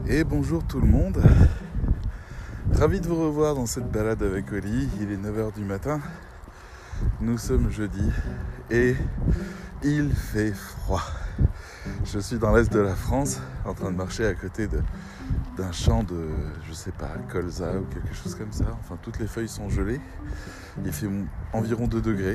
Et bonjour tout le monde, ravi de vous revoir dans cette balade avec Oli. Il est 9h du matin, nous sommes jeudi et il fait froid. Je suis dans l'est de la France en train de marcher à côté d'un champ de, je sais pas, colza ou quelque chose comme ça. Enfin, toutes les feuilles sont gelées, il fait environ 2 degrés.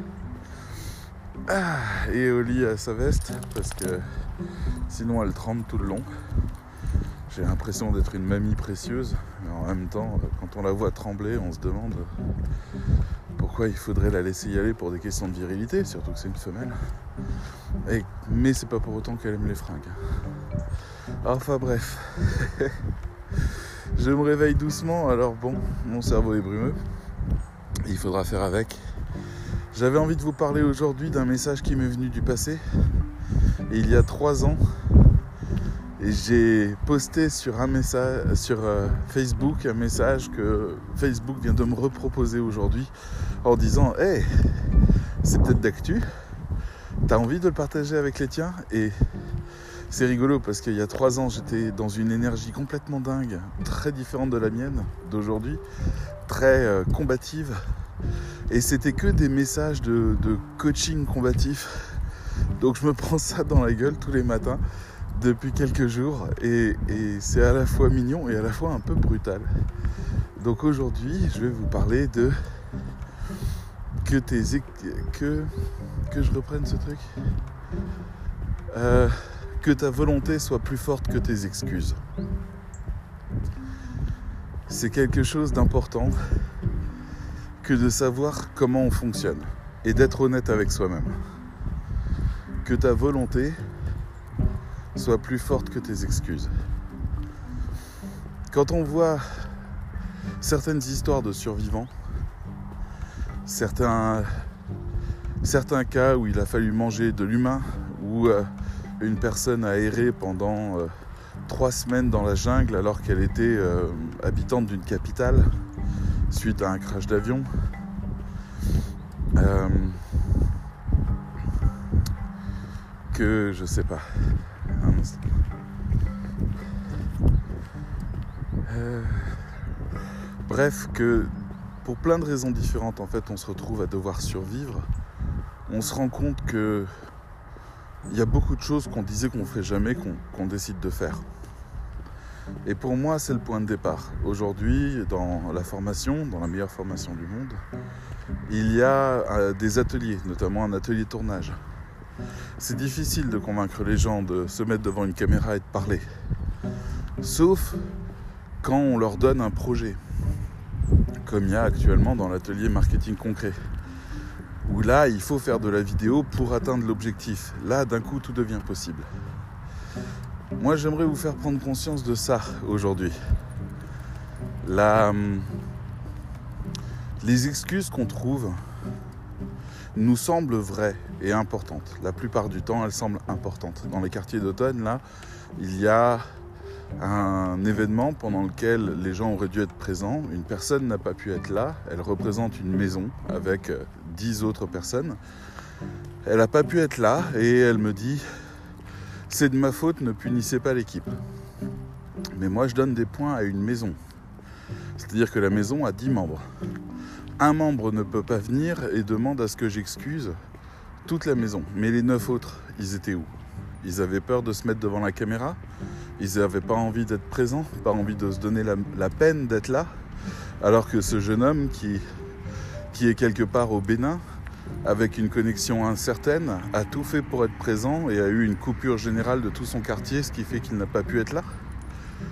Et Oli a sa veste parce que sinon elle tremble tout le long. J'ai l'impression d'être une mamie précieuse, mais en même temps, quand on la voit trembler, on se demande pourquoi il faudrait la laisser y aller pour des questions de virilité, surtout que c'est une femelle. Mais c'est pas pour autant qu'elle aime les fringues. Enfin bref, je me réveille doucement, alors bon, mon cerveau est brumeux, il faudra faire avec. J'avais envie de vous parler aujourd'hui d'un message qui m'est venu du passé, et il y a 3 ans. Et j'ai posté sur Facebook un message que Facebook vient de me reproposer aujourd'hui en disant « Hey, c'est peut-être d'actu, t'as envie de le partager avec les tiens ?» Et c'est rigolo parce qu'il y a 3 ans, j'étais dans une énergie complètement dingue, très différente de la mienne d'aujourd'hui, très combative. Et c'était que des messages de coaching combatif. Donc je me prends ça dans la gueule tous les matins depuis quelques jours et c'est à la fois mignon et à la fois un peu brutal. Donc aujourd'hui, je vais vous parler de que je reprenne ce truc, que ta volonté soit plus forte que tes excuses. C'est quelque chose d'important que de savoir comment on fonctionne et d'être honnête avec soi-même. Que ta volonté soit plus forte que tes excuses. Quand on voit certaines histoires de survivants, certains cas où il a fallu manger de l'humain, où une personne a erré pendant 3 semaines dans la jungle alors qu'elle était habitante d'une capitale suite à un crash d'avion, que je sais pas. Bref, que pour plein de raisons différentes, en fait, on se retrouve à devoir survivre. On se rend compte que il y a beaucoup de choses qu'on disait qu'on ferait jamais, qu'on décide de faire. Et pour moi, c'est le point de départ. Aujourd'hui, dans la formation, dans la meilleure formation du monde, il y a des ateliers, notamment un atelier tournage. C'est difficile de convaincre les gens de se mettre devant une caméra et de parler. Sauf quand on leur donne un projet, comme il y a actuellement dans l'atelier marketing concret, où là, il faut faire de la vidéo pour atteindre l'objectif. Là, d'un coup, tout devient possible. Moi, j'aimerais vous faire prendre conscience de ça aujourd'hui. Les excuses qu'on trouve nous semblent vraies et importantes. La plupart du temps, elles semblent importantes. Dans les quartiers d'automne, là, il y a un événement pendant lequel les gens auraient dû être présents. Une personne n'a pas pu être là. Elle représente une maison avec 10 autres personnes. Elle n'a pas pu être là et elle me dit « C'est de ma faute, ne punissez pas l'équipe ». Mais moi, je donne des points à une maison. C'est-à-dire que la maison a 10 membres. Un membre ne peut pas venir et demande à ce que j'excuse toute la maison. Mais les 9 autres, ils étaient où ? Ils avaient peur de se mettre devant la caméra ? Ils n'avaient pas envie d'être présents, pas envie de se donner la peine d'être là, alors que ce jeune homme qui est quelque part au Bénin, avec une connexion incertaine, a tout fait pour être présent et a eu une coupure générale de tout son quartier, ce qui fait qu'il n'a pas pu être là. Vraiment ?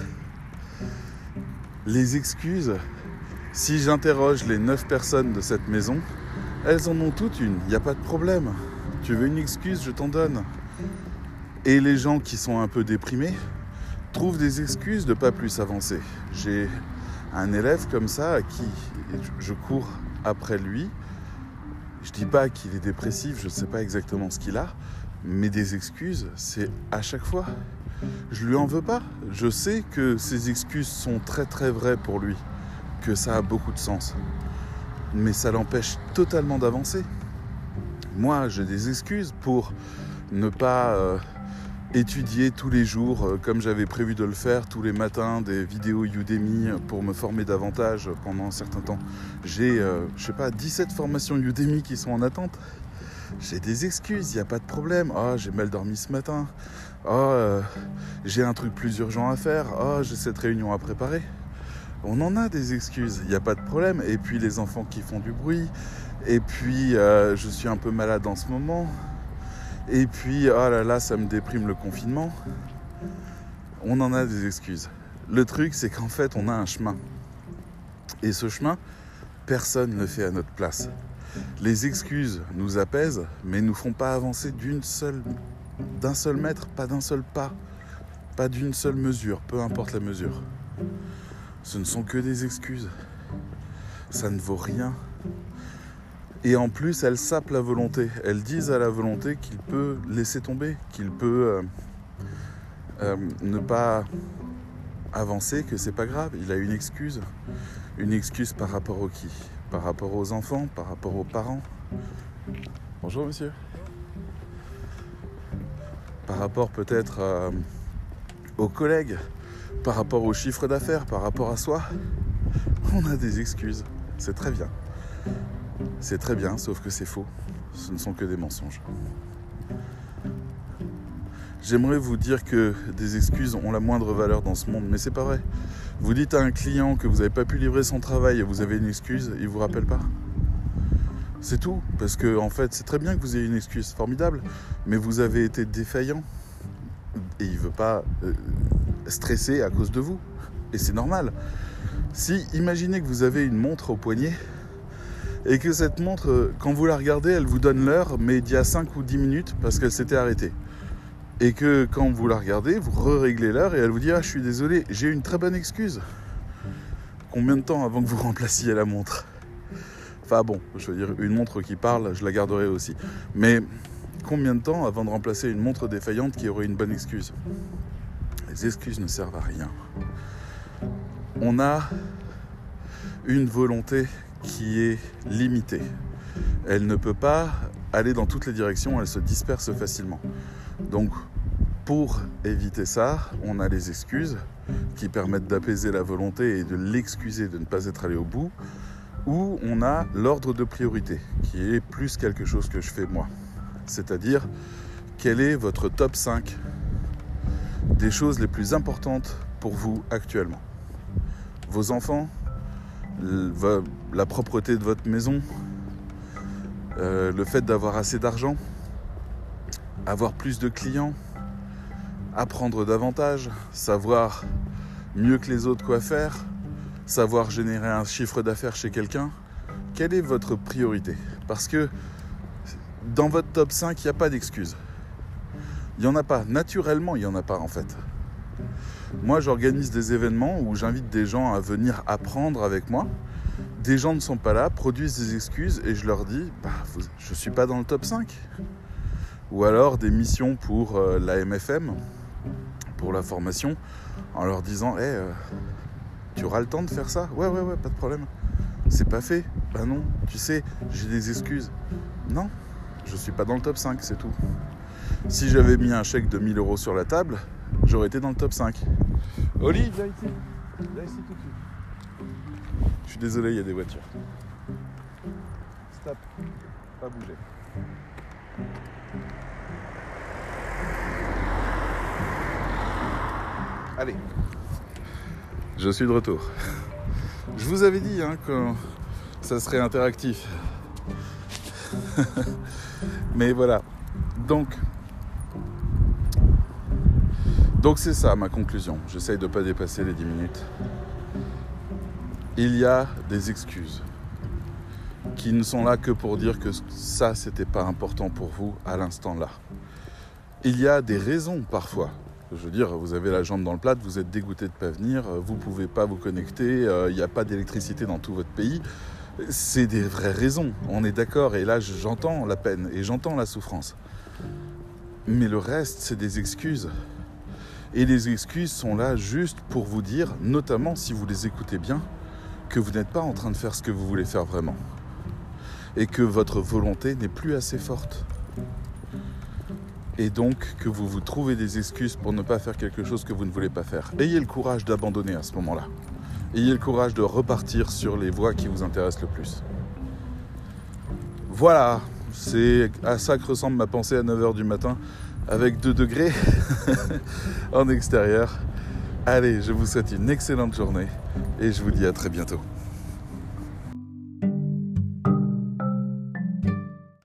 Les excuses, si j'interroge les 9 personnes de cette maison, elles en ont toutes une, il n'y a pas de problème. Tu veux une excuse, je t'en donne. Et les gens qui sont un peu déprimés trouvent des excuses de ne pas plus avancer. J'ai un élève comme ça à qui je cours après lui. Je dis pas qu'il est dépressif, je ne sais pas exactement ce qu'il a, mais des excuses, c'est à chaque fois. Je lui en veux pas. Je sais que ces excuses sont très très vraies pour lui, que ça a beaucoup de sens. Mais ça l'empêche totalement d'avancer. Moi, j'ai des excuses pour ne pas étudier tous les jours, comme j'avais prévu de le faire, tous les matins, des vidéos Udemy pour me former davantage pendant un certain temps. J'ai, 17 formations Udemy qui sont en attente. J'ai des excuses, il n'y a pas de problème. Ah, j'ai mal dormi ce matin. Ah, j'ai un truc plus urgent à faire. Ah, j'ai cette réunion à préparer. On en a des excuses, il n'y a pas de problème. Et puis les enfants qui font du bruit. Et puis je suis un peu malade en ce moment. Et puis, oh là là, ça me déprime le confinement. On en a des excuses. Le truc, c'est qu'en fait, on a un chemin. Et ce chemin, personne ne le fait à notre place. Les excuses nous apaisent, mais ne nous font pas avancer d'un seul mètre, pas d'un seul pas, pas d'une seule mesure, peu importe la mesure. Ce ne sont que des excuses. Ça ne vaut rien. Et en plus, elles sapent la volonté. Elles disent à la volonté qu'il peut laisser tomber, qu'il peut ne pas avancer, que c'est pas grave. Il a une excuse. Une excuse par rapport au qui ? Par rapport aux enfants, par rapport aux parents. Bonjour monsieur. Par rapport peut-être aux collègues, par rapport au chiffre d'affaires, par rapport à soi. On a des excuses. C'est très bien. C'est très bien, sauf que c'est faux. Ce ne sont que des mensonges. J'aimerais vous dire que des excuses ont la moindre valeur dans ce monde, mais c'est pas vrai. Vous dites à un client que vous n'avez pas pu livrer son travail et vous avez une excuse, il vous rappelle pas. C'est tout, parce que en fait, c'est très bien que vous ayez une excuse, formidable, mais vous avez été défaillant et il veut pas stresser à cause de vous. Et c'est normal. Si, imaginez que vous avez une montre au poignet et que cette montre, quand vous la regardez, elle vous donne l'heure, mais d'il y a 5 ou 10 minutes parce qu'elle s'était arrêtée. Et que quand vous la regardez, vous réglez l'heure et elle vous dit « Ah, je suis désolé, j'ai une très bonne excuse. » Combien de temps avant que vous remplaciez la montre ? Enfin bon, je veux dire, une montre qui parle, je la garderai aussi. Mais combien de temps avant de remplacer une montre défaillante qui aurait une bonne excuse ? Les excuses ne servent à rien. On a une volonté qui est limitée. Elle ne peut pas aller dans toutes les directions, elle se disperse facilement. Donc, pour éviter ça, on a les excuses qui permettent d'apaiser la volonté et de l'excuser de ne pas être allé au bout, ou on a l'ordre de priorité, qui est plus quelque chose que je fais moi. C'est-à-dire, quel est votre top 5 des choses les plus importantes pour vous actuellement ? Vos enfants, la propreté de votre maison, le fait d'avoir assez d'argent, avoir plus de clients, apprendre davantage, savoir mieux que les autres quoi faire, savoir générer un chiffre d'affaires chez quelqu'un. Quelle est votre priorité ? Parce que dans votre top 5, il n'y a pas d'excuses. Il n'y en a pas. Naturellement, il n'y en a pas en fait. Moi, j'organise des événements où j'invite des gens à venir apprendre avec moi. Des gens ne sont pas là, produisent des excuses et je leur dis je ne suis pas dans le top 5. Ou alors des missions pour la MFM, pour la formation, en leur disant tu auras le temps de faire ça ? Ouais, pas de problème. C'est pas fait ? Ben non, tu sais, j'ai des excuses. Non, je ne suis pas dans le top 5, c'est tout. Si j'avais mis un chèque de 1000 € sur la table, j'aurais été dans le top 5. Oli, viens ici. Viens ici tout de suite. Je suis désolé, il y a des voitures. Stop. Pas bouger. Allez. Je suis de retour. Je vous avais dit que ça serait interactif. Mais voilà. Donc c'est ça ma conclusion. J'essaye de ne pas dépasser les 10 minutes. Il y a des excuses qui ne sont là que pour dire que ça, c'était pas important pour vous à l'instant là. Il y a des raisons parfois. Je veux dire, vous avez la jambe dans le plat, vous êtes dégoûté de ne pas venir, vous ne pouvez pas vous connecter, il n'y a pas d'électricité dans tout votre pays. C'est des vraies raisons, on est d'accord. Et là, j'entends la peine et j'entends la souffrance. Mais le reste, c'est des excuses. Et les excuses sont là juste pour vous dire, notamment si vous les écoutez bien, que vous n'êtes pas en train de faire ce que vous voulez faire vraiment. Et que votre volonté n'est plus assez forte. et donc que vous vous trouvez des excuses pour ne pas faire quelque chose que vous ne voulez pas faire. Ayez le courage d'abandonner à ce moment-là. Ayez le courage de repartir sur les voies qui vous intéressent le plus. Voilà, c'est à ça que ressemble ma pensée à 9h du matin avec 2 degrés en extérieur. Allez, je vous souhaite une excellente journée et je vous dis à très bientôt.